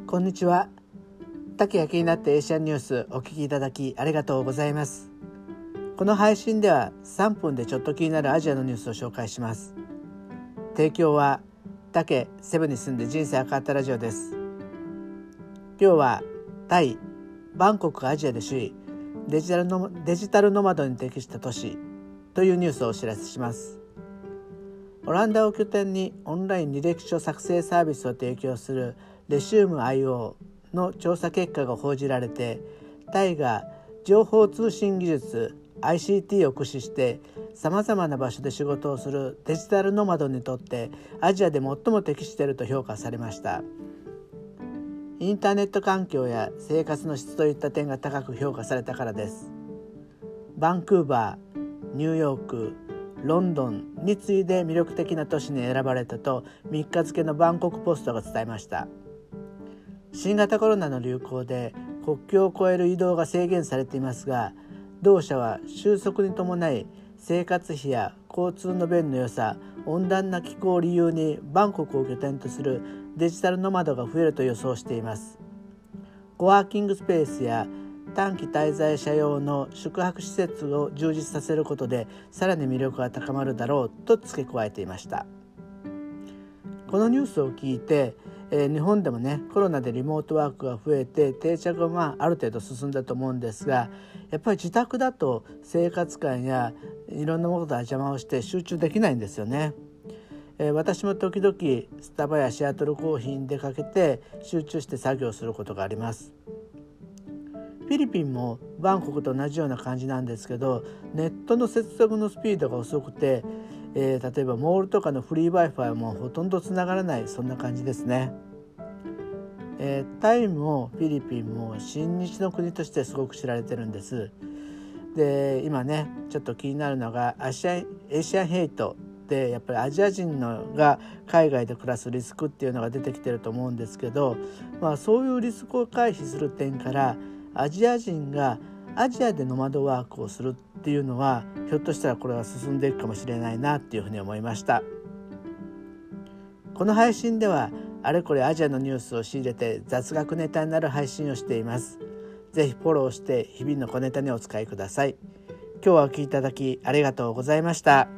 こんにちは。竹が気になってエーシャンニュースお聞きいただきありがとうございます。この配信では3分でちょっと気になるアジアのニュースを紹介します。提供は竹セブンに住んで人生が変わったラジオです。今日はタイバンコクがアジアで首位、デジタルノマドに適した都市というニュースをお知らせします。オランダを拠点にオンライン履歴書作成サービスを提供するレシウム IO の調査結果が報じられて、タイが情報通信技術 ICT を駆使してさまざまな場所で仕事をするデジタルノマドにとってアジアで最も適していると評価されました。インターネット環境や生活の質といった点が高く評価されたからです。バンクーバー、ニューヨーク、ロンドンに次いで魅力的な都市に選ばれたと3日付のバンコクポストが伝えました。新型コロナの流行で国境を越える移動が制限されていますが、同社は収束に伴い生活費や交通の便の良さ、温暖な気候を理由にバンコクを拠点とするデジタルノマドが増えると予想しています。コワーキングスペースや短期滞在者用の宿泊施設を充実させることでさらに魅力が高まるだろうと付け加えていました。このニュースを聞いて、日本でもねコロナでリモートワークが増えて定着がある程度進んだと思うんですが、やっぱり自宅だと生活感やいろんなものが邪魔をして集中できないんですよね。私も時々スタバやシアトルコーヒーに出かけて集中して作業することがあります。フィリピンもバンコクと同じような感じなんですけど、ネットの接続のスピードが遅くて、例えばモールとかのフリー Wi-Fi もほとんどつながらない、そんな感じですね。タイもフィリピンも親日の国としてすごく知られてるんです。で、今ねちょっと気になるのがエイシャンヘイトで、やっぱりアジア人が海外で暮らすリスクっていうのが出てきてると思うんですけど、そういうリスクを回避する点からアジア人がアジアでノマドワークをするっていうのは、ひょっとしたらこれは進んでいくかもしれないなっていうふうに思いました。この配信ではあれこれアジアのニュースを仕入れて雑学ネタになる配信をしています。ぜひフォローして日々の小ネタにお使いください。今日はお聞きいただきありがとうございました。